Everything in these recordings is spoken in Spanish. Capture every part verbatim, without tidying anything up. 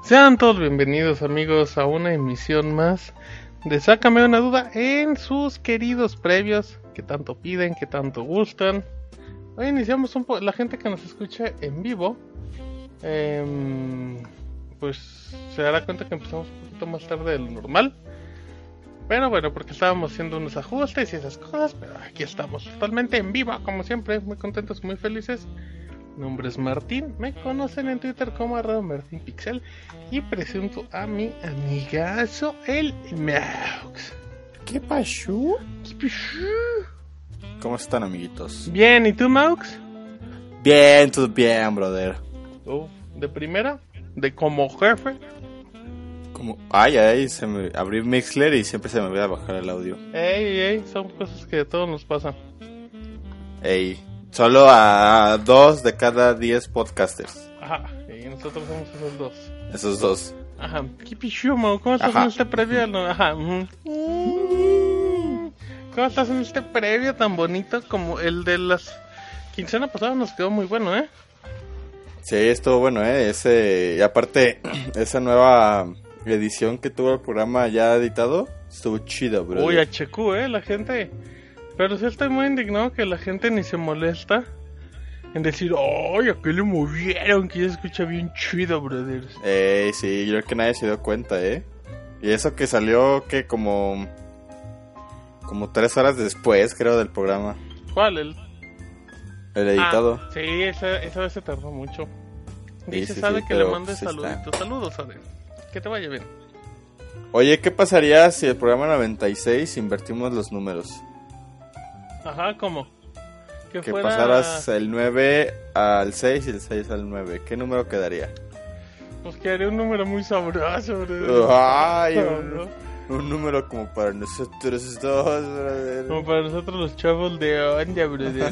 Sean todos bienvenidos, amigos, a una emisión más de Sácame una duda en sus queridos previos que tanto piden, que tanto gustan. Hoy iniciamos un poco, la gente que nos escucha en vivo, eh, pues se dará cuenta que empezamos un poquito más tarde de lo normal. Pero bueno, porque estábamos haciendo unos ajustes y esas cosas, pero aquí estamos totalmente en vivo, como siempre, muy contentos, muy felices. Mi nombre es Martín, me conocen en Twitter como arroba martinpixel y presento a mi amigazo, el Maux. ¿Qué pasó? ¿Qué pasó? ¿Cómo están, amiguitos? Bien, ¿y tú, Maux? Bien, todo bien, brother. Oh, ¿de primera? ¿De como jefe? Como, ay, ay, se me abrí Mixler y siempre se me olvida bajar el audio. Ey, ey, son cosas que a todos nos pasan. Ey, solo a dos de cada diez podcasters. Ajá, y nosotros somos esos dos. Esos dos. Ajá, ¿qué pichu, Mau? ¿Cómo estás Ajá. en este previo? No, ajá. mm. ¿Cómo estás en este previo tan bonito como el de las quincena pasada? Nos quedó muy bueno, ¿eh? Sí, estuvo bueno, eh. Ese, y aparte, esa nueva edición que tuvo el programa ya editado, estuvo chido, bro. Uy, H Q, ¿eh? La gente... Pero sí estoy muy indignado que la gente ni se molesta en decir, ¡ay, a qué le movieron! Que ya se escucha bien chido, brothers. Ey, sí, yo creo que nadie se dio cuenta, eh. Y eso que salió, que como... Como tres horas después, creo, del programa. ¿Cuál? El... El editado. Ah, sí, esa, esa vez se tardó mucho. Dice, sí, sabe sí, que pero, le mande pues, saluditos. está. Saludos, Sade. Que te vaya bien. Oye, ¿qué pasaría si el programa noventa y seis invertimos los números? Ajá, ¿cómo? Que, Que fuera... pasaras el nueve al seis y el seis al nueve. ¿Qué número quedaría? Pues que haría un número muy sabroso, brother. Ay, un, un número como para nosotros dos, brother. Como para nosotros los chavos de onda, brother.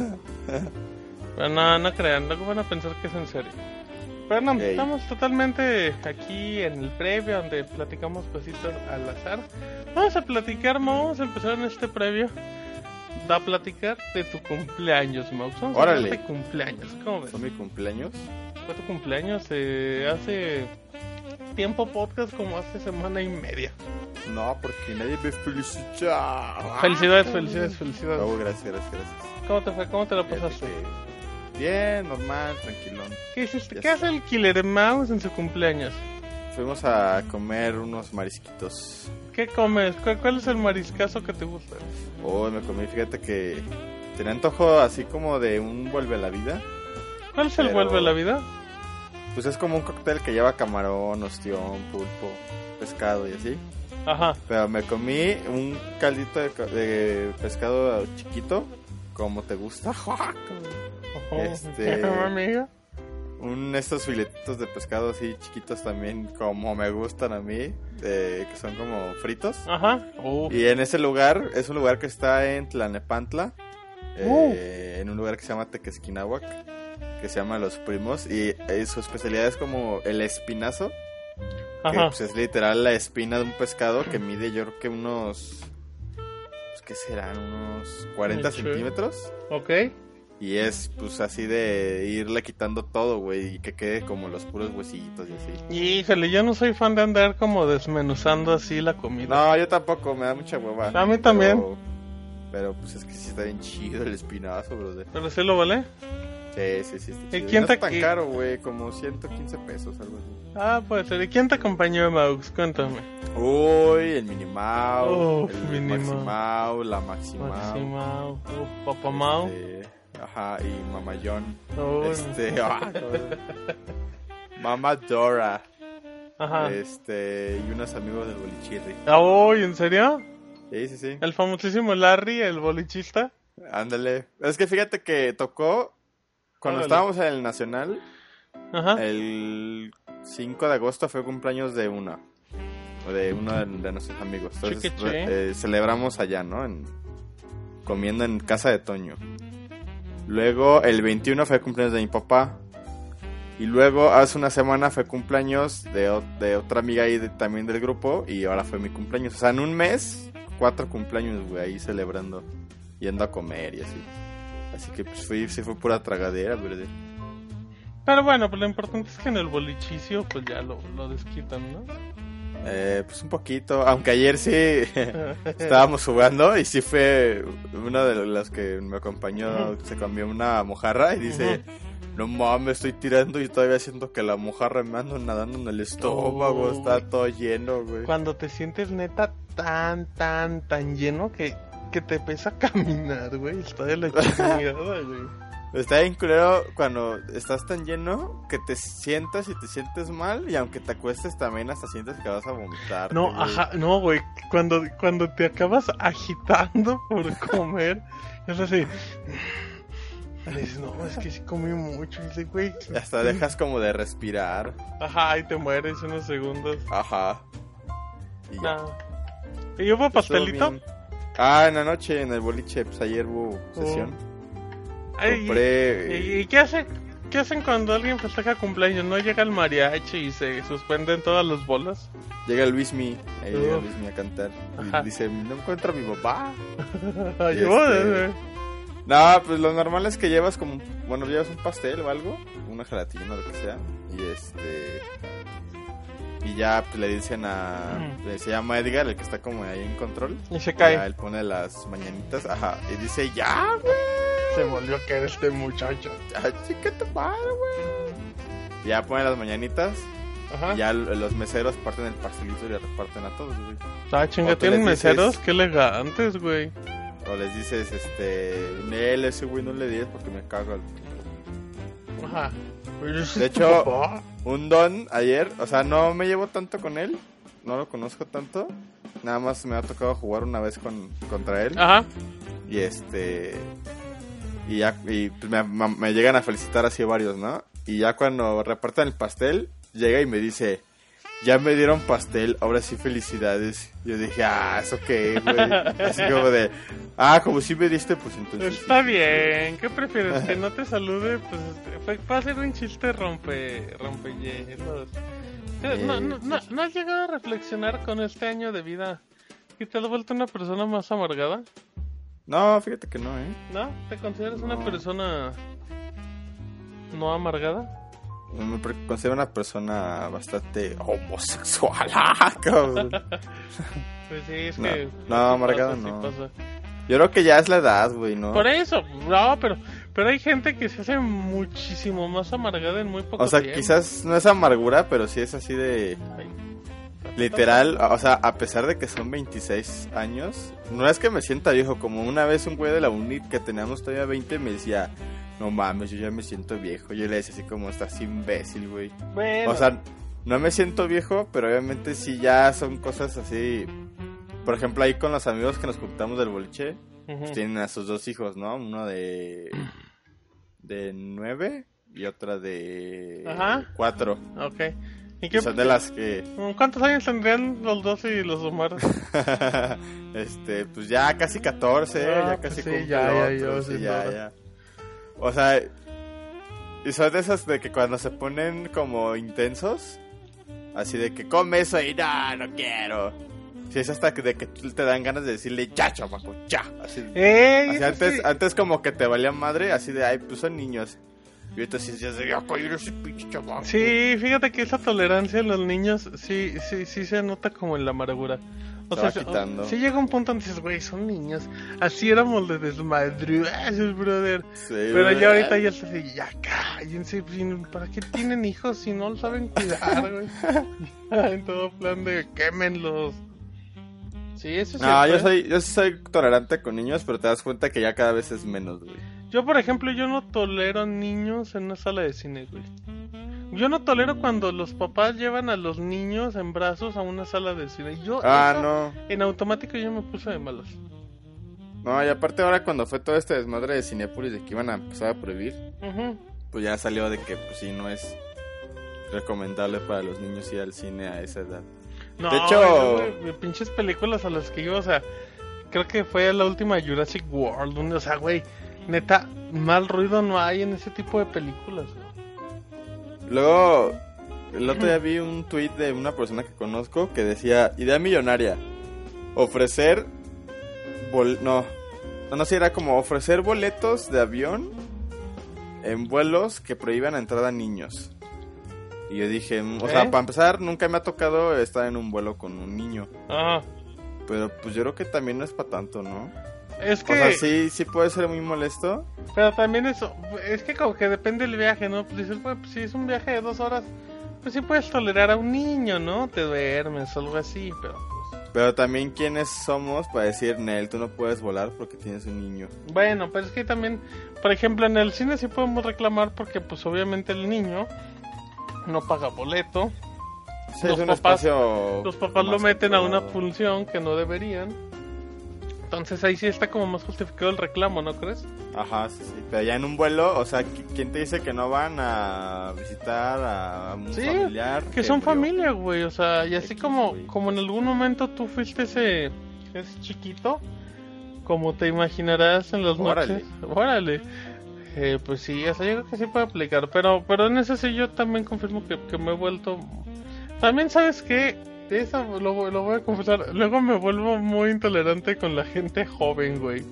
Pero no, no crean, luego van a pensar que es en serio. Pero no, Ey. estamos totalmente aquí en el previo donde platicamos cositas al azar. Vamos a platicar, Mau, vamos a empezar en este previo a platicar de tu cumpleaños, Mau. Vamos a hablar Órale. de cumpleaños, ¿cómo ves? ¿Fue mi cumpleaños? Fue tu cumpleaños eh, hace tiempo podcast como hace semana y media. No, porque nadie me felicita. Felicidades, felicidades, felicidades. Oh, gracias, gracias, gracias. ¿Cómo te fue? ¿Cómo te lo pasaste? Bien, normal, tranquilón. ¿Qué hiciste? Ya ¿Qué hace sé. el Killer Mouse en su cumpleaños? Fuimos a comer unos marisquitos. ¿Qué comes? ¿Cuál, cuál es el mariscazo que te gusta? Oh, me comí, fíjate que tenía antojo así como de un vuelve a la vida. ¿Cuál es el Pero- vuelve a la vida? Pues es como un cóctel que lleva camarón, ostión, pulpo, pescado y así. Ajá. Pero me comí un caldito de, ca- de pescado chiquito, como te gusta. Ojo. Este- Amiga. Un estos filetitos de pescado así chiquitos también, como me gustan a mí, eh, que son como fritos. Ajá. Uh. Y en ese lugar, es un lugar que está en Tlanepantla, eh, en un lugar que se llama Tequesquinahuac, que se llama Los Primos, y eh, su especialidad es como el espinazo, que Ajá. pues, es literal la espina de un pescado que mide yo creo que unos, pues, ¿qué serán? Unos cuarenta Sí. centímetros. Ok. Y es pues así de irle quitando todo, güey, y que quede como los puros huesitos y así. Híjole, yo no soy fan de andar como desmenuzando así la comida. No, yo tampoco, me da mucha hueva. A mí también. Pero, pero, pues es que sí está bien chido el espinazo, brother. Pero sí lo vale. Sí, sí, sí. Está ¿Y chido. quién No te- está tan y- caro, güey, como ciento quince pesos, algo así. Ah, puede ser. ¿Y quién te acompañó, Maux? Cuéntame. Uy, el Minimau, Uf, el Minimau. Maximau, la Maximau. Maximao. Uh, Papamao. este, ajá, y Mamayón. Oh, Este, ah, Mama Dora. Ajá. Este, y unos amigos del bolichirri. Ah, oh, ¿en serio? Sí, sí, sí. El famosísimo Larry, el bolichista. Ándale. Es que fíjate que tocó cuando Órale. estábamos en el Nacional. Ajá. El cinco de agosto fue cumpleaños de una. O de uno de, de nuestros amigos. Entonces Che, che, che. eh, celebramos allá, ¿no? En, comiendo en casa de Toño. Luego el veintiuno fue cumpleaños de mi papá. Y luego hace una semana fue cumpleaños de, o- de otra amiga ahí de- también del grupo. Y ahora fue mi cumpleaños. O sea, en un mes, cuatro cumpleaños, güey, ahí celebrando. Yendo a comer y así. Así que pues fui, sí fue pura tragadera, ¿verdad? Pero bueno, pues lo importante es que en el bolichicio pues ya lo, lo desquitan, ¿no? Eh, pues un poquito, aunque ayer sí estábamos jugando y sí fue uno de los que me acompañó, uh-huh. se comió una mojarra y dice, uh-huh. no mames, estoy tirando y todavía siento que la mojarra me ando nadando en el estómago, oh, está todo lleno, güey. Cuando te sientes neta tan, tan, tan lleno que, que te pesa caminar, güey, está de la chingada, güey. Está bien culero cuando estás tan lleno que te sientas y te sientes mal y aunque te acuestes también hasta sientes que vas a vomitar. No, güey. Ajá, no, güey, cuando, cuando te acabas agitando por comer, es así... Y dices, no, es que sí comí mucho, y dices, güey... Y hasta dejas como de respirar. Ajá, y te mueres unos segundos. Ajá. Y ya. No. ¿Y hubo pastelito? Ah, en la noche, en el boliche, pues ayer hubo sesión. Oh. Compré... ¿Y, y, y qué hacen? ¿Qué hacen cuando alguien festeja cumpleaños? ¿No llega el mariachi y se suspenden todas las bolas? Llega el Luismi, ahí uh. llega Luismi a cantar. Ajá. Y dice, no encuentro a mi papá. este... No, pues lo normal es que llevas como... Bueno, llevas un pastel o algo, una gelatina o lo que sea. Y este... Y ya pues, le dicen a... Mm. Se llama Edgar, el que está como ahí en control. Y se cae. Ya él pone las mañanitas, ajá. Y dice, ya, güey. Se volvió a caer este muchacho. Ay, chica, tu madre, güey. Ya pone las mañanitas. Ajá. Y ya los meseros parten el pastelito y le reparten a todos, güey. Ah, chinga, ¿tienen meseros? Dices, qué elegantes, güey. O les dices, este... Nel, ese güey no le digas porque me cago. Ajá. De hecho, un don ayer, o sea, no me llevo tanto con él. No lo conozco tanto. Nada más me ha tocado jugar una vez con, contra él. Ajá. Y este... Y ya y pues me, me llegan a felicitar así varios, ¿no? Y ya cuando reparten el pastel, llega y me dice, ya me dieron pastel, ahora sí felicidades. Yo dije, ah, ¿eso qué, güey? Así como de, ah, como si me diste, pues entonces... Está bien, ¿qué prefieres? ¿Que no te salude? Pues va a ser un chiste rompe, rompehielos. Eh, no, no, no, ¿No has llegado a reflexionar con este año de vida que te has vuelto una persona más amargada? No, fíjate que no, ¿eh? ¿No? ¿Te consideras no. una persona no amargada? Me considero una persona bastante homosexual, cabrón. Pues sí, es no, que... No, amargada no. Pasa. Yo creo que ya es la edad, güey, ¿no? Por eso, no, pero, pero hay gente que se hace muchísimo más amargada en muy poco tiempo. O sea, tiempo. quizás no es amargura, pero sí es así de... Ay. Literal, o sea, a pesar de que son veintiséis años, no es que me sienta viejo, como una vez un güey de la uni que teníamos todavía veinte me decía, no mames, yo ya me siento viejo. Yo le decía así como, estás imbécil, güey. Bueno. O sea, no me siento viejo, pero obviamente sí ya son cosas así. Por ejemplo, ahí con los amigos que nos juntamos del boliche, uh-huh. pues tienen a sus dos hijos, ¿no? Uno de de nueve y otra de Ajá. cuatro. Ok. ¿Y qué? Son de las que... ¿Cuántos años tendrían los dos y los Omar? este, pues ya casi catorce, ah, ya casi pues sí, ya, ya, yo, sí, ya, ya. O sea, y son de esas de que cuando se ponen como intensos, así de que come eso y no, no quiero. Sí, es hasta de que tú te dan ganas de decirle ya, chamaco, ya. Así, Ey, así antes, sí. antes como que te valía madre, así de, ay, pues son niños. Y ahorita sí se hace, ya, coño, ese pinche chamaco. Sí, fíjate que esa tolerancia a los niños sí, sí, sí se nota como en la amargura. O se sea, quitando. Sí llega un punto donde dices, güey, son niños. Así éramos de desmadruados, brother. Sí, pero ya ahorita ya se dice, ya cállense. ¿Para qué tienen hijos si no lo saben cuidar, güey? En todo plan de quémenlos. Sí, eso sí. No, yo soy, yo soy tolerante con niños, pero te das cuenta que ya cada vez es menos, güey. Yo, por ejemplo, yo no tolero niños en una sala de cine, güey. Yo no tolero cuando los papás llevan a los niños en brazos a una sala de cine. Yo, ah, eso, no. En automático yo me puse de malos. No, y aparte ahora cuando fue todo este desmadre de Cinépolis de que iban a empezar a prohibir, uh-huh. pues ya salió de que, pues sí, no es recomendable para los niños ir al cine a esa edad. No, de hecho... Güey, pinches películas a las que iba, o sea, creo que fue la última Jurassic World, donde, o sea, güey, neta, mal ruido no hay en ese tipo de películas, güey. Luego, el otro día vi un tweet de una persona que conozco que decía, idea millonaria, ofrecer, bol- no, no, no sé, era como ofrecer boletos de avión en vuelos que prohíban entrar a niños. Y yo dije, o ¿Eh? sea, para empezar, nunca me ha tocado estar en un vuelo con un niño. Ah. Pero pues yo creo que también no es para tanto, ¿no? Es que... O sea, sí, sí puede ser muy molesto. Pero también eso, es que como que depende del viaje, ¿no? Pues dices, bueno, pues si es un viaje de dos horas, pues sí puedes tolerar a un niño, ¿no? Te duermes o algo así, pero... Pues... Pero también, ¿quiénes somos para decir, Nel, tú no puedes volar porque tienes un niño? Bueno, pero es que también, por ejemplo, en el cine sí podemos reclamar porque, pues, obviamente el niño no paga boleto. Sí, los es un papás, espacio los papás lo meten a una controlado. función que no deberían. Entonces ahí sí está como más justificado el reclamo, ¿no crees? Ajá, sí, sí. Pero ya en un vuelo, o sea, ¿qui- ¿quién te dice que no van a visitar a un Sí, familiar? que son murió? familia, güey, o sea, y así X, como, güey. como en algún momento tú fuiste ese, ese chiquito, como te imaginarás en las Órale. noches. Órale. Eh, pues sí, o sea, yo creo que sí puede aplicar, pero pero en eso sí yo también confirmo que, que me he vuelto... También, ¿sabes qué? Eso lo, lo voy a confesar, luego me vuelvo muy intolerante con la gente joven, güey.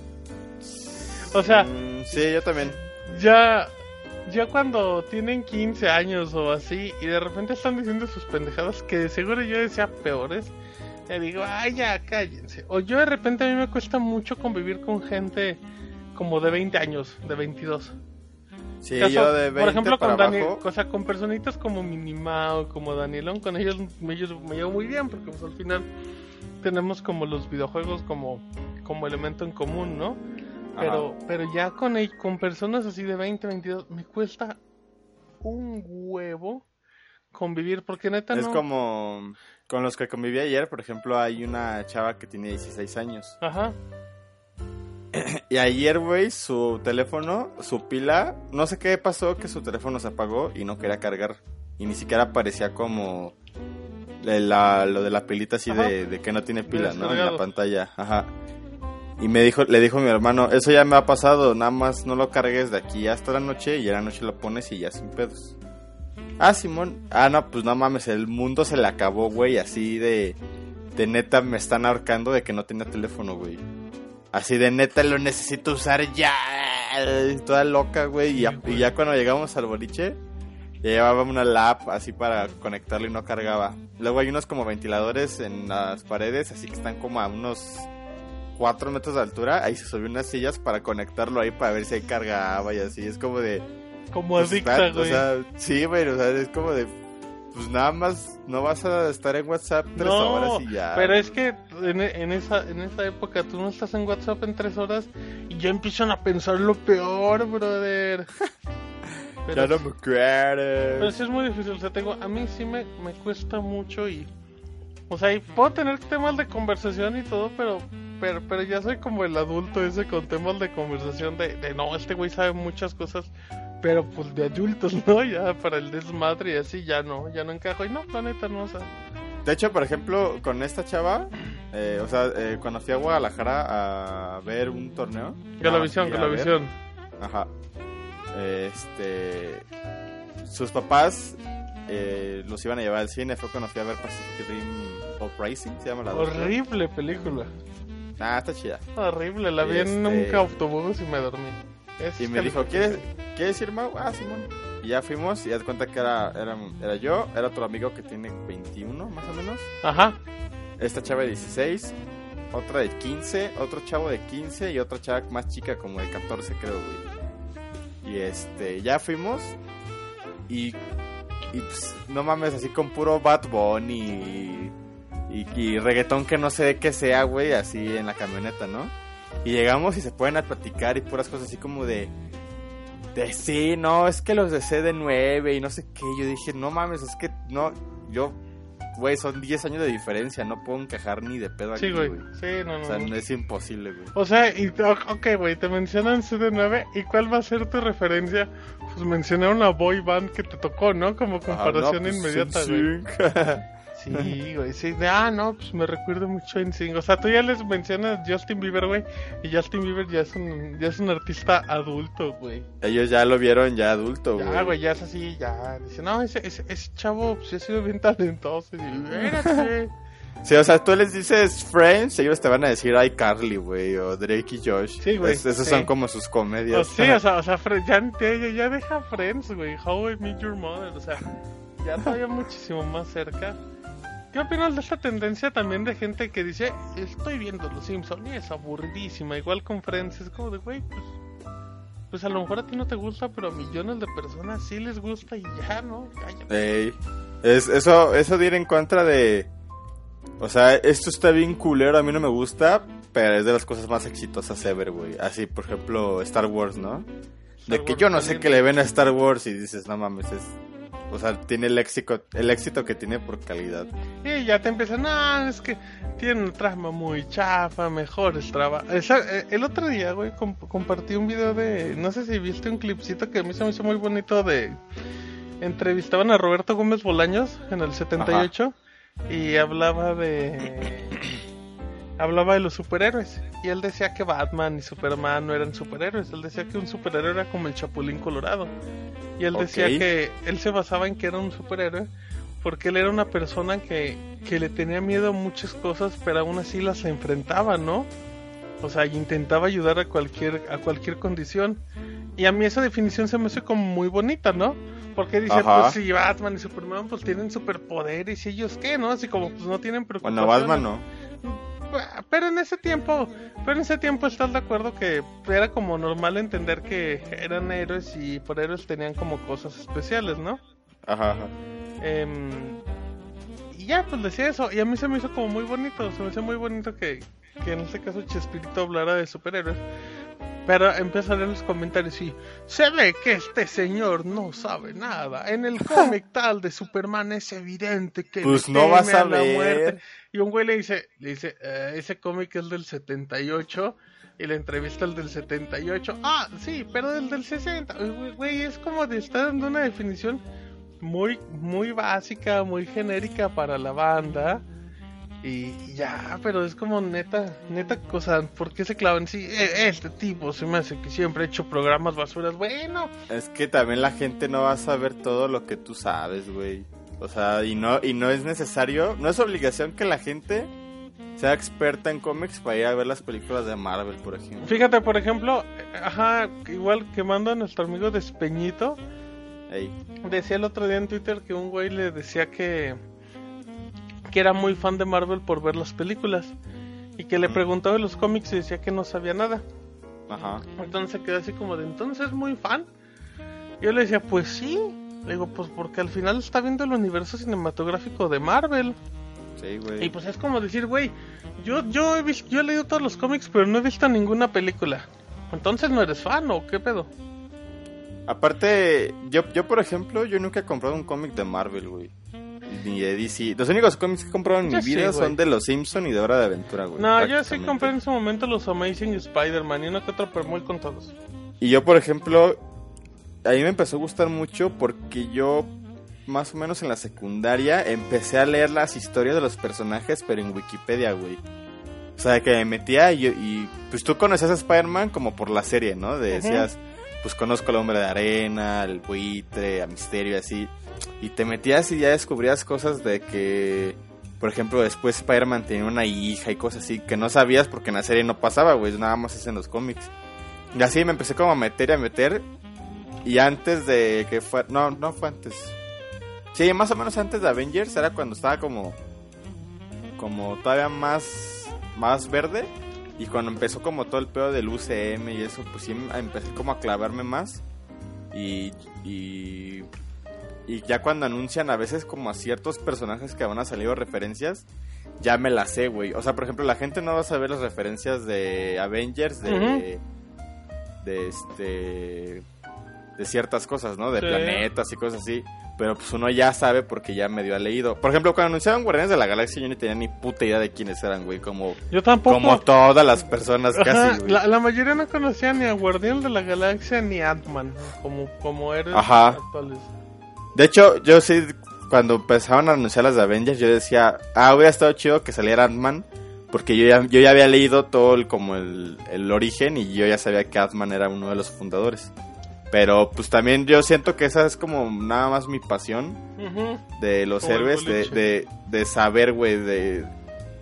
O sea, Mm, sí, yo también. ya... Ya cuando tienen quince años o así y de repente están diciendo sus pendejadas que de seguro yo decía peores, le digo, ay, ya, cállense. O yo de repente a mí me cuesta mucho convivir con gente como de veinte años, de veintidós. Sí, Caso, yo de veinte por ejemplo, para con Daniel, abajo. o sea, con personitas como Minimao, como Danielón, con ellos, ellos me llevo muy bien porque pues al final tenemos como los videojuegos como, como elemento en común, ¿no? Pero, pero ya con, el- con personas así de veinte, veintidós, me cuesta un huevo convivir, porque neta Es no... como con los que conviví ayer, por ejemplo, hay una chava que tiene dieciséis años. Ajá, Y ayer, güey, su teléfono, su pila, no sé qué pasó, que su teléfono se apagó y no quería cargar. Y ni siquiera aparecía como la- la- lo de la pilita así Ajá. de, de que no tiene pila, ¿no? En Descargado. la pantalla, ajá. Y me dijo, le dijo mi hermano, eso ya me ha pasado, nada más no lo cargues de aquí hasta la noche y a la noche lo pones y ya sin pedos. Ah, Simón. Ah, no, pues no mames, el mundo se le acabó, güey, así de... De neta me están ahorcando de que no tenía teléfono, güey. Así de neta lo necesito usar ya. Toda loca, güey. Y, ya- y ya cuando llegamos al boliche, ya llevaba una lap así para conectarlo y no cargaba. Luego hay unos como ventiladores en las paredes, así que están como a unos cuatro metros de altura. Ahí se subió unas sillas para conectarlo ahí para ver si ahí cargaba y así. Es como de... como pues, adicta, está- güey. O sea, sí, güey, o sea, es como de... Pues nada más no vas a estar en WhatsApp tres No, horas y ya. pero es que en, en esa en esa época tú no estás en WhatsApp en tres horas y ya empiezan a pensar lo peor, brother. Pero, Ya no me acuerdo. pero sí es muy difícil, o sea, tengo, a mí sí me, me cuesta mucho y... O sea, y puedo tener temas de conversación y todo, pero pero pero ya soy como el adulto ese con temas de conversación de, de no, este güey sabe muchas cosas, pero pues de adultos, ¿no? Ya para el desmadre y así ya no, ya no encajo. Y no, la neta no, o sea... De hecho, por ejemplo, con esta chava, eh, o sea, eh, cuando fui a Guadalajara a ver un torneo. Galavisión, no, fui a ver. Galavisión. Ajá. Este. Sus papás eh, los iban a llevar al cine. Fue cuando fui a ver Pacific Rim Uprising, se llama la dos. Horrible película. Ah, está chida. Horrible, la vi en Este- un autobús y me dormí. Es Y me dijo, calificación. ¿quieres, ¿quieres ir, Mau? Ah, Simón. Y ya fuimos y haz cuenta que era, era, era yo, era otro amigo que tiene veintiuno, más o menos. Ajá. Esta chava de dieciséis, otra de quince, otro chavo de quince y otra chava más chica como de catorce, creo, güey. Y este, ya fuimos y, y pues, no mames, así con puro Bad Bunny y, y, y reggaetón que no sé de qué sea, güey, así en la camioneta, ¿no? Y llegamos y se ponen a platicar y puras cosas así como de... De sí, no, es que los de C D nueve y no sé qué. Yo dije, no mames, es que no, yo, güey, son diez años de diferencia, no puedo encajar ni de pedo aquí, Sí, güey. güey. Sí, no, no. O sea, no. no es imposible, güey. O sea, y, o- ok, güey, te mencionan C D nueve. ¿Y cuál va a ser tu referencia? Pues mencionar una boy band que te tocó, ¿no? Como comparación Ah, no, pues, inmediata, güey. N Sync. Sí, güey, sí. de- Ah, no, pues me recuerdo mucho en Sing. O sea, tú ya les mencionas Justin Bieber, güey. Y Justin Bieber ya es un, ya es un artista adulto, güey. Ellos ya lo vieron ya adulto, güey. Ya, güey, ya es así, ya. Dice, no, ese, ese, ese chavo, pues ha sido bien talentoso. Y, espérate. Sí, o sea, tú les dices Friends, ellos te van a decir iCarly, güey, o Drake y Josh. Sí, güey. Es, esos sí. son como sus comedias. O sí, o sea, o sea ya, ya, ya deja Friends, güey. How I Met Your Mother, o sea, ya todavía muchísimo más cerca. ¿Qué opinas de esta tendencia también de gente que dice, estoy viendo Los Simpsons y es aburridísima? Igual con Friends, es como de, güey, pues, pues a lo mejor a ti no te gusta, pero a millones de personas sí les gusta y ya, ¿no? Cállate. Ey, es, eso, eso de ir en contra de... O sea, esto está bien culero, a mí no me gusta, pero es de las cosas más exitosas ever, güey. Así, por ejemplo, Star Wars, ¿no? Star de que Wars yo no también. Sé qué le ven a Star Wars y dices, no mames, es... O sea, tiene el éxito, el éxito que tiene por calidad. Y ya te empiezan, no, es que tiene una trama muy chafa, mejores trabajos. El otro día, güey, comp- compartí un video de, no sé si viste un clipcito que a mí se me hizo muy bonito de... Entrevistaban a Roberto Gómez Bolaños en el setenta y ocho. Ajá. Y hablaba de... Hablaba de los superhéroes. Y él decía que Batman y Superman no eran superhéroes. Él decía que un superhéroe era como el Chapulín Colorado. Y él decía okay. que él se basaba en que era un superhéroe porque él era una persona que, que le tenía miedo a muchas cosas, pero aún así las enfrentaba, ¿no? O sea, intentaba ayudar a cualquier a cualquier condición. Y a mí esa definición se me hace como muy bonita, ¿no? Porque dice, Ajá. pues si Batman y Superman pues tienen superpoderes y ellos qué, ¿no? Así como pues no tienen preocupación. Bueno, Batman no. Pero en ese tiempo, pero en ese tiempo estás de acuerdo que era como normal entender que eran héroes y por héroes tenían como cosas especiales, ¿no? Ajá, ajá. Eh, y ya, pues decía eso, y a mí se me hizo como muy bonito, se me hizo muy bonito que, que en este caso Chespirito hablara de superhéroes. Pero empiezo a leer los comentarios y se ve que este señor no sabe nada. En el cómic tal de Superman es evidente que pues le no teme vas a, a la ver. muerte. Y un güey le dice, le dice, eh, ese cómic es del setenta y ocho y la entrevista el del setenta y ocho. Ah, sí, pero el del sesenta. Güey, es como de estar dando una definición muy, muy básica, muy genérica para la banda. Y ya, pero es como neta, neta cosa, ¿por qué se clavan? Sí, este tipo se me hace que siempre ha hecho programas basuras, bueno. Es que también la gente no va a saber todo lo que tú sabes, güey. O sea, y no, y no es necesario, no es obligación que la gente sea experta en cómics para ir a ver las películas de Marvel, por ejemplo. Fíjate, por ejemplo, ajá, igual quemando a nuestro amigo Despeñito, Ey. decía el otro día en Twitter que un güey le decía que... que era muy fan de Marvel por ver las películas y que le preguntaba de los cómics y decía que no sabía nada. Ajá. Entonces se quedó así como de, ¿entonces muy fan? Yo le decía, pues sí. Le digo, pues porque al final está viendo el universo cinematográfico de Marvel. Sí, güey. Y pues es como decir, güey, yo yo he visto, yo he leído todos los cómics, pero no he visto ninguna película. Entonces no eres fan, ¿o qué pedo? Aparte, yo yo por ejemplo, yo nunca he comprado un cómic de Marvel, güey. Ni de D C. Los únicos cómics que he comprado en yo mi vida sí, son de Los Simpson y de Hora de Aventura, güey. No, yo sí compré en su momento los Amazing Spider-Man y uno que otro permuel con todos. Y yo, por ejemplo, a mí me empezó a gustar mucho porque yo, más o menos en la secundaria, empecé a leer las historias de los personajes, pero en Wikipedia, güey. O sea, que me metía y, y pues tú conocías a Spider-Man como por la serie, ¿no? De, uh-huh. Decías, pues conozco al Hombre de Arena, al Buitre, a Misterio y así. Y te metías y ya descubrías cosas de que, por ejemplo, después Spider-Man tenía una hija y cosas así que no sabías porque en la serie no pasaba, güey, nada más es en los cómics. Y así me empecé como a meter y a meter. Y antes de que fue... No, no fue antes. Sí, más o menos antes de Avengers era cuando estaba como... Como todavía más... Más verde. Y cuando empezó como todo el pedo del U C M y eso, pues sí empecé como a clavarme más. Y... Y... Y ya cuando anuncian a veces como a ciertos personajes que van a salir referencias, ya me las sé, güey. O sea, por ejemplo, la gente no va a saber las referencias de Avengers, de... Uh-huh. De este... De ciertas cosas, ¿no? De sí. Planetas y cosas así. Pero pues uno ya sabe porque ya medio ha leído. Por ejemplo, cuando anunciaron Guardianes de la Galaxia yo no tenía ni puta idea de quiénes eran, güey. Como, yo tampoco. Como todas las personas casi, Ajá, güey. La, la mayoría no conocía ni a Guardianes de la Galaxia ni a Ant-Man. Como, como héroes Ajá. actuales. De hecho, yo sí, cuando empezaban a anunciar las de Avengers, yo decía, ah, hubiera estado chido que saliera Ant-Man, porque yo ya, yo ya había leído todo el, como el, el origen y yo ya sabía que Ant-Man era uno de los fundadores. Pero pues también yo siento que esa es como nada más mi pasión uh-huh. de los como héroes, de, de, de saber, güey, de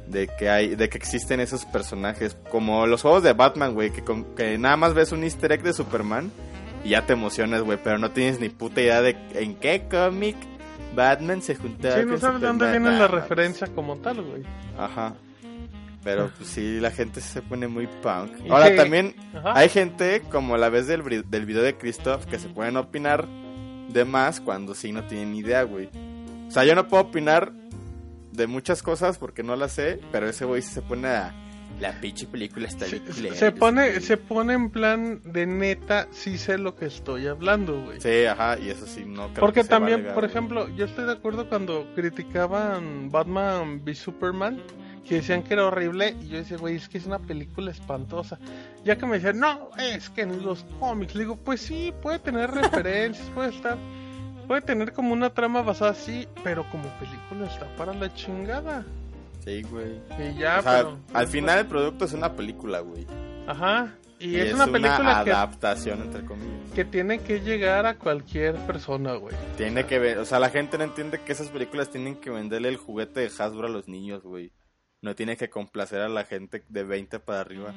de que hay, de que existen esos personajes, como los juegos de Batman, güey, que, con, que nada más ves un easter egg de Superman y ya te emocionas, güey, pero no tienes ni puta idea de en qué cómic Batman se juntaba Sí, con no sabes de Superman. dónde viene Ah, la mames. referencia como tal, güey. Ajá. Pero pues sí, la gente se pone muy punk. Y Ahora que- también Ajá. hay gente, como la vez del, bri- del video de Christoph, que se pueden opinar de más cuando sí no tienen idea, güey. O sea, yo no puedo opinar de muchas cosas porque no las sé, pero ese güey sí se pone a... La pinche película está Se, bien culera, se que pone sí. se pone en plan de neta, sí sé lo que estoy hablando, güey. Sí, ajá, y eso sí, no creo Porque que se también, valga, por güey. ejemplo, yo estoy de acuerdo cuando criticaban Batman v Superman, que decían que era horrible, y yo decía, güey, es que es una película espantosa. Ya que me decían, no, es que en los cómics, le digo, pues sí, puede tener referencias, puede estar, puede tener como una trama basada así, pero como película está para la chingada. Sí, güey. Y ya, O sea, pero... al final el producto es una película, güey. Ajá, y, Y es, es una película que, adaptación, entre comillas. que tiene que llegar a cualquier persona, güey. Tiene que ver, o sea, la gente no entiende que esas películas tienen que venderle el juguete de Hasbro a los niños, güey. No tiene que complacer a la gente de veinte para arriba.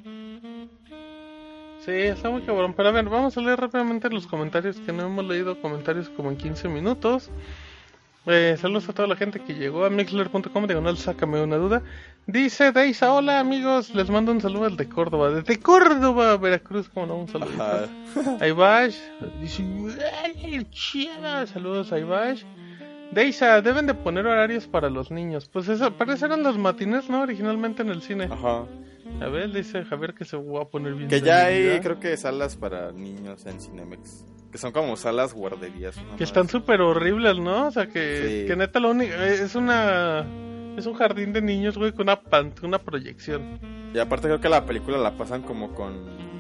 Sí, está muy cabrón. Pero a ver, vamos a leer rápidamente los comentarios, que no hemos leído comentarios como en quince minutos. Eh, saludos a toda la gente que llegó a mixler punto com, diagonal, sácame una duda. Dice Deisa, hola amigos, les mando un saludo desde Córdoba. Desde Córdoba, Veracruz, como no, un saludo. Ajá. Aibash, dice, "Ay, chida". Saludos a Aibash. Deisa, deben de poner horarios para los niños. Pues eso, para eso eran los matines, ¿no? Originalmente en el cine. Ajá. A ver, dice Javier que se va a poner bien. Que ya hay, señorita. creo que salas para niños en Cinemex. Que son como salas guarderías, ¿no? Que están súper horribles, ¿no? O sea, que, Sí. que neta lo único... Es una... Es un jardín de niños, güey, con una, pan, una proyección. Y aparte creo que la película la pasan como con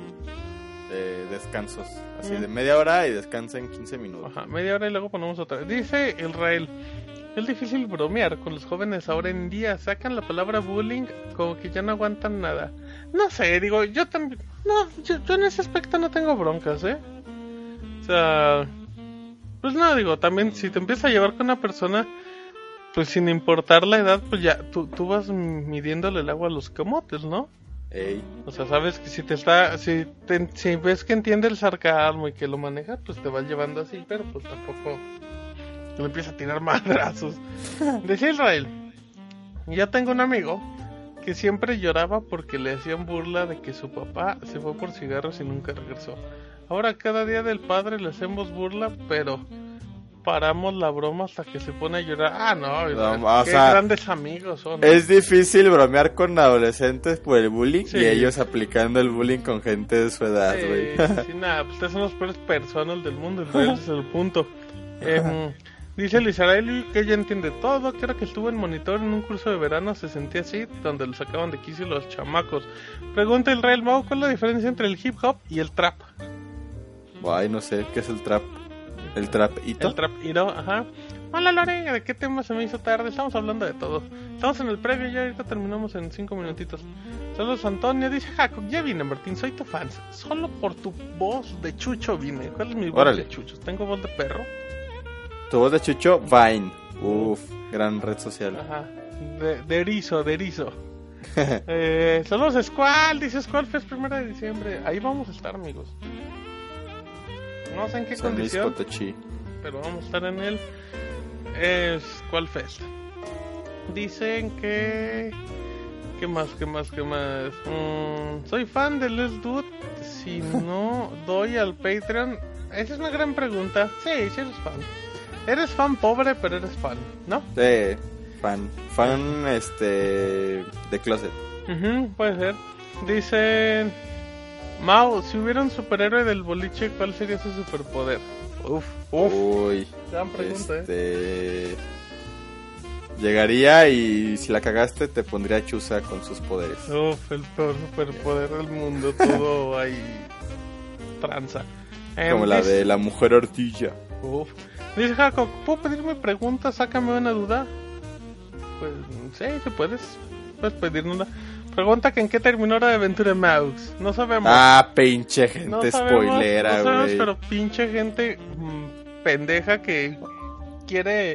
eh, descansos. Así Mm. de media hora y descansan quince minutos. Ajá, media hora y luego ponemos otra. Dice Israel, es difícil bromear con los jóvenes ahora en día. Sacan la palabra bullying como que ya no aguantan nada. No sé, digo, yo también... No, yo, yo en ese aspecto no tengo broncas, ¿eh? O sea... Pues no, digo, también si te empiezas a llevar con una persona... Pues sin importar la edad, pues ya tú, tú vas midiéndole el agua a los camotes, ¿no? Ey. O sea, sabes que si te está, si, te, si ves que entiende el sarcasmo y que lo maneja, pues te vas llevando así, pero pues tampoco le empieza a tirar madrazos. Decía Israel, ya tengo un amigo que siempre lloraba porque le hacían burla de que su papá se fue por cigarros y nunca regresó. Ahora cada día del padre le hacemos burla, pero paramos la broma hasta que se pone a llorar. Ah, no, Israel, No, o qué sea, grandes amigos son. Es difícil bromear con adolescentes por el bullying Sí. y ellos aplicando el bullying con gente de su edad, Sí, güey. sí, sí, nada, pues ustedes son los peores personas del mundo, ese es el punto. Eh, dice el Israel que ella entiende todo, que ahora que estuvo en monitor en un curso de verano se sentía así, donde lo sacaban de quicio los chamacos. Pregunta Israel Mau, ¿cuál es la diferencia entre el hip hop y el trap? Ay, no sé, ¿qué es el trap? ¿El trapito? El trap hero, ajá. Hola Lore, ¿de qué tema se me hizo tarde? Estamos hablando de todo. Estamos en el previo, ya ahorita terminamos en cinco minutitos. Saludos Antonio, dice Jacob, ya vine Martín, soy tu fan. Solo por tu voz de Chucho vine. ¿Cuál es mi voz Órale. de Chucho? ¿Tengo voz de perro? Tu voz de Chucho, Vine. Uf, gran red social. Ajá. De, de erizo, de erizo. eh, saludos Squall, dice Squall Fest primero de diciembre. Ahí vamos a estar, amigos. No sé en qué San Luis condición, Potosí. pero vamos a estar en el eh, Squall Fest. Dicen que... ¿Qué más? ¿Qué más? ¿Qué más? Mm, soy fan de Let's Dude. Si no doy al Patreon... Esa es una gran pregunta. Sí, sí eres fan. Eres fan pobre, pero eres fan, ¿no? Sí, fan. Fan, este... de closet. Ujú, puede ser. Dicen... Mau, si hubiera un superhéroe del boliche, ¿cuál sería su superpoder? Uf, uf. Uy. Gran pregunta, este... ¿eh? Llegaría y si la cagaste te pondría chusa con sus poderes. Uf, el peor superpoder del mundo. Todo ahí... tranza. Como Em, la dice- de la mujer ardilla. Uf. Dice Jacob, ¿puedo pedirme preguntas? Sácame una duda. Pues sí, si puedes. Puedes pedirme una. Pregunta que en qué terminó Hora de Aventura Mouse. No sabemos. Ah, pinche gente no sabemos, spoilera, no sabemos, güey. pero pinche gente mm, pendeja que quiere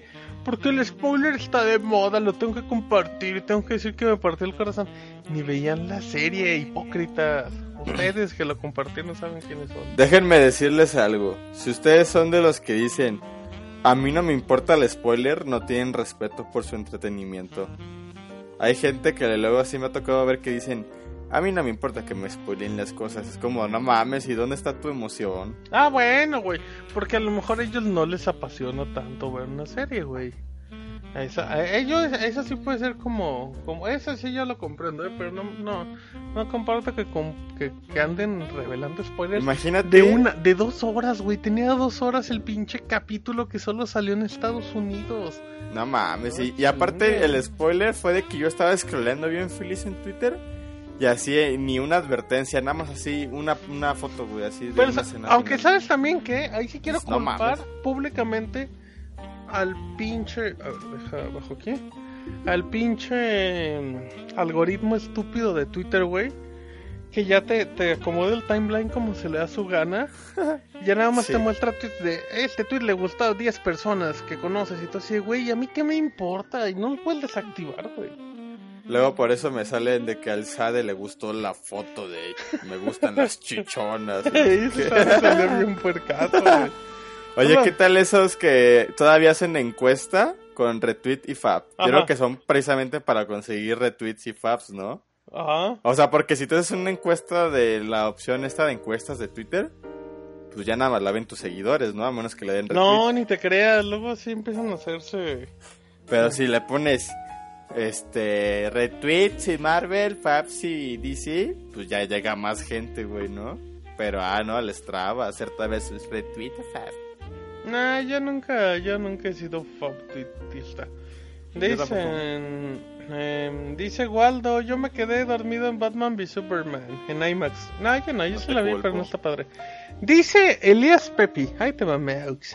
porque el spoiler está de moda, lo tengo que compartir, tengo que decir que me partió el corazón. Ni veían la serie, hipócritas. Ustedes que lo compartieron saben quiénes son. Déjenme decirles algo. Si ustedes son de los que dicen, a mí no me importa el spoiler, no tienen respeto por su entretenimiento. Hay gente que luego así me ha tocado ver que dicen, a mí no me importa que me spoilen las cosas. Es como, no mames, ¿y dónde está tu emoción? Ah, bueno, güey. Porque a lo mejor a ellos no les apasiona tanto ver una serie, güey. Esa, a ellos, eso sí puede ser como, como, eso sí yo lo comprendo, ¿eh? Pero no, no, no comparto que, que, que anden revelando spoilers. Imagínate. De una, de dos horas, güey, tenía dos horas el pinche capítulo que solo salió en Estados Unidos. No mames, y, y aparte el spoiler fue de que yo estaba scrollando bien feliz en Twitter y así eh, ni una advertencia, nada más así una, una foto, güey, así de Pero, una escena. aunque final. sabes también que, ahí sí quiero No culpar mames. públicamente al pinche, a ver, deja abajo aquí, al pinche mm, algoritmo estúpido de Twitter, güey, que ya te, te acomoda el timeline como se le da su gana. Ya nada más Sí. te muestra tweets de, este tweet le gustó a diez personas que conoces y tú así, güey, a mí qué me importa, y no lo puedes desactivar, güey. Luego por eso me salen de que al Sade le gustó la foto de me gustan las chichonas. y no sé Eso qué. está- salió bien puercazo, güey. Oye, Hola. ¿qué tal esos que todavía hacen encuesta con retweet y fab? Ajá. Creo que son precisamente para conseguir retweets y fabs, ¿no? Ajá. O sea, porque si tú haces una encuesta de la opción esta de encuestas de Twitter, pues ya nada más la ven tus seguidores, ¿no? A menos que le den retweet. No, ni te creas, luego sí empiezan a hacerse... Pero si le pones este retweets y Marvel, fabs y D C, pues ya llega más gente, güey, ¿no? Pero ah, no, les traba hacer tal vez retweet o fab. Nah, yo nunca, yo nunca he sido fabtista. Dicen, eh, dice Waldo, yo me quedé dormido en Batman v Superman, en IMAX. No, yo no, yo No sí te la vi, culpo. pero no está padre. Dice Elías Pepi, ahí te va,Eux.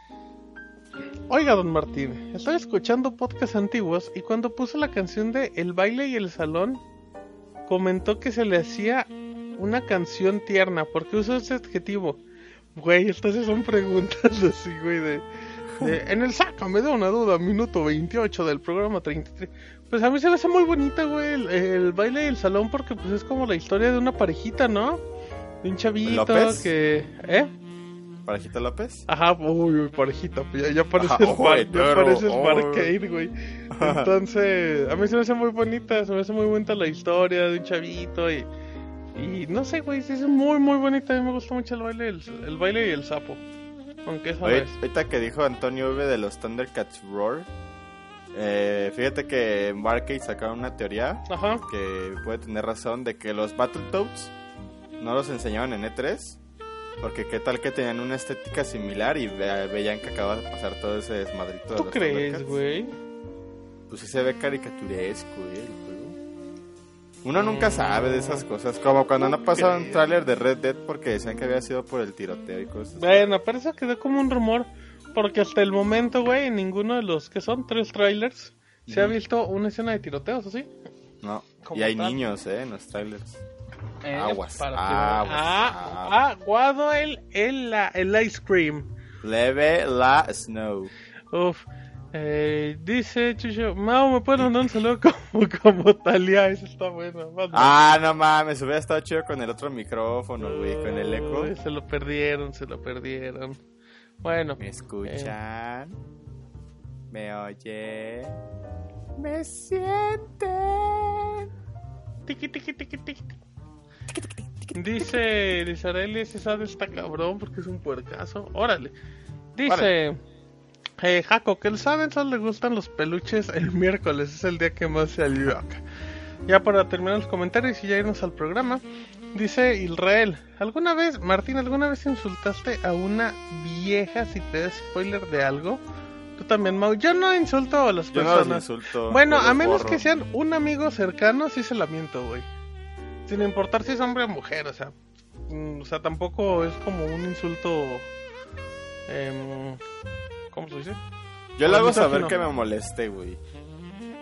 Oiga, don Martín, estaba escuchando podcasts antiguos y cuando puso la canción de El baile y el salón, comentó que se le hacía una canción tierna. ¿Por qué usó ese adjetivo? Güey, estas son preguntas así, güey, de, de... En el Sácame de una duda, minuto veintiocho del programa treinta y tres. Pues a mí se me hace muy bonita, güey, el, el baile y el salón, porque pues es como la historia de una parejita, ¿no? De un chavito ¿López? que... ¿Eh? ¿Parejita López? Ajá, uy, uy, parejita, pues ya, ya pareces, Ajá, bar, uy, ya pero, pareces uy. Barcade, güey. Entonces, a mí se me hace muy bonita, se me hace muy bonita la historia de un chavito y... Y no sé, güey, sí es muy, muy bonita. A mí me gusta mucho el baile, el, el baile y el sapo. Aunque esa Oye, vez. ahorita que dijo Antonio V de los Thundercats Roar, eh, fíjate que en Barcade sacaron una teoría Ajá. que puede tener razón de que los Battletoads no los enseñaban en E tres, porque qué tal que tenían una estética similar y ve- veían que acaba de pasar todo ese desmadrito de ¿Tú los crees, Thundercats. güey? Pues sí se ve caricaturesco, eh, el juego. Uno nunca sabe de esas cosas, como cuando no pasaba un tráiler de Red Dead porque decían que había sido por el tiroteo y cosas. Bueno, pero eso quedó como un rumor. Porque hasta el momento, güey, en ninguno de los que son tres trailers se ha Ujú. visto una escena de tiroteos, ¿así? No, Como y hay tal. niños, eh, en los trailers. Eh, Aguas, para que- aguas, Ah, aguas. aguado el, el, la- el ice cream. Leve la snow. Uf. Eh, dice Chucho, Mau, ¿me pueden mandar un saludo como, como Talia? Eso está bueno. Vas, Ah, no mames, hubiera estado chido con el otro micrófono, güey, con el eco. Uy, se lo perdieron, se lo perdieron. Bueno, ¿Me escuchan? ¿Me oyen? ¿Me sienten? tiqui, tiqui, tiqui, tiqui. Dice Lizarelli, ese sabe está cabrón porque es un puercazo. Órale. Dice eh, Jaco que el Saben solo le gustan los peluches el miércoles, es el día que más se aloca. Ya para terminar los comentarios y ya irnos al programa, dice Israel, ¿alguna vez, Martín, alguna vez insultaste a una vieja si te da spoiler de algo? Tú también, Mau. Yo no insulto a las Yo no los personas. insulto. Bueno, yo los a menos borro. que sean un amigo cercano, sí se la miento, güey. Sin importar si es hombre o mujer, o sea. mm, O sea, tampoco es como un insulto... em, ¿Cómo se dice? Yo le hago Misógino. saber que me moleste, güey.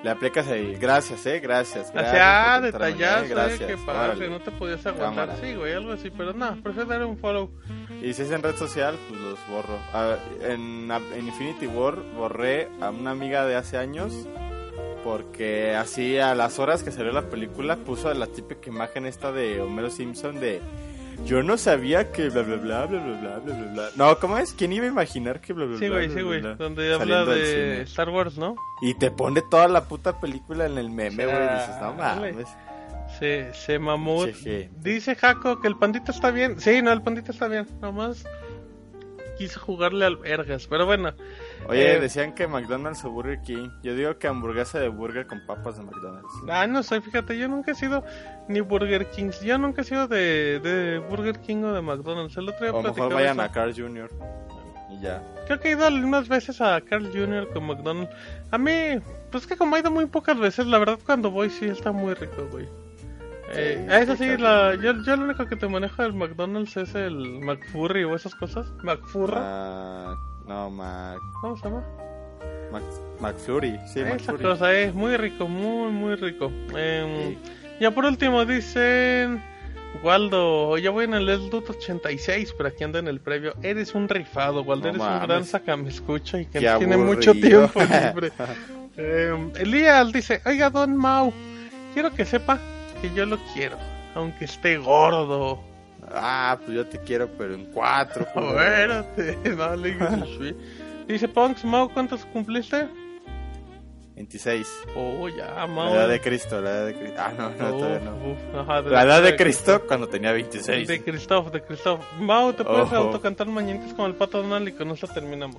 Le aplicas ahí, gracias, eh, gracias. gracias Hacia por contarme, detallazo, eh, eh, gracias. que padre, Órale. no te podías aguantar. Cámara. Sí, güey, algo así, pero no, prefiero darle un follow. Y si es en red social, pues los borro. Ah, en, en Infinity War borré a una amiga de hace años porque así a las horas que salió la película puso la típica imagen esta de Homero Simpson de yo no sabía que bla bla bla bla bla bla bla bla. No, ¿cómo es? ¿Quién iba a imaginar que bla bla Sí, bla? güey, bla, sí, bla, güey, bla, donde habla saliendo del de cine? Star Wars, ¿no? Y te pone toda la puta película en el meme, güey. Ah, Dices, no dale. mames. Se, se mamó. Cheje. Dice Jaco que el pandita está bien. Sí, no, el pandita está bien. Nomás quise jugarle al vergas. Pero bueno. Oye, eh, decían que McDonald's o Burger King. Yo digo que hamburguesa de burger con papas de McDonald's. Ah, no sé, fíjate, yo nunca he sido ni Burger King. Yo nunca he sido de, de Burger King o de McDonald's. El otro día O mejor platicaba vayan eso. a Carl junior Y ya. Creo que he ido algunas veces a Carl junior con McDonald's. A mí, pues que como he ido muy pocas veces, la verdad cuando voy sí está muy rico, güey. Eh, Sí, a eso sí, sí, claro. la, yo, yo lo único que te manejo del McDonald's es el McFlurry o esas cosas. McFurra, Ah, no, Mac, ¿cómo se llama? Mac, McFlurry. Sí, Esa McFlurry. cosa es muy rico, muy, muy rico. Eh, Sí. Ya por último dicen... Waldo, ya voy en el Esdut ochenta y seis, pero aquí anda en el previo. Eres un rifado, Waldo, No eres un mames. gran sacamescucha y que Qué tiene aburrido. mucho tiempo libre. eh, Elías dice, oiga, Don Mau, quiero que sepa que yo lo quiero, aunque esté gordo. Ah, pues yo te quiero, pero en cuatro. culero. Espérate, no le digas el shui. Dice Punks, Mau, ¿cuántos cumpliste? veintiséis. Oh, ya, La Mau. edad de Cristo, la edad de Cristo. Ah, no, no, todavía no. Uf, uf, ajá, de La edad de Cristo cuando tenía veintiséis. De Christoph, de Christoph. Mau, te puedes Ojo. autocantar mañanitas como el Pato Donald y con eso terminamos.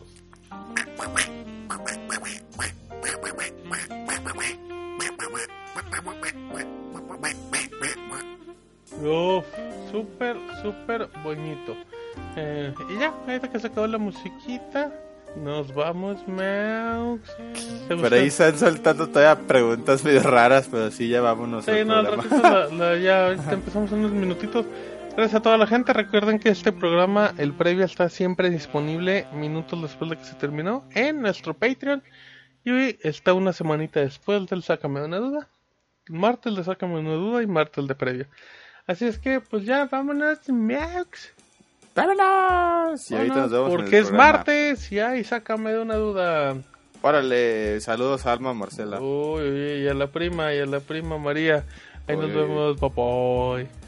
Uf, súper, súper bonito. Eh, y ya, ahorita que se acabó la musiquita, nos vamos, Mau. ¿Te Por gustó? ahí están soltando todavía preguntas medio raras, pero sí, ya vámonos Sí, al no, al programa. ratito la- la- ya ahorita empezamos en unos minutitos. Gracias a toda la gente. Recuerden que este programa, el previo, está siempre disponible minutos después de que se terminó en nuestro Patreon. Y hoy está una semanita después del Sácame de una Duda. Martes de Sácame de una Duda y martes de previo. Así es que, pues ya, vámonos, Meows. ¡Vámonos! Y ahorita nos vemos en el Porque es programa. martes y ay, Sácame de una Duda. Órale, saludos a Alma Marcela. Uy, uy, y a la prima, y a la prima María. Ahí nos Uy. vemos, papá.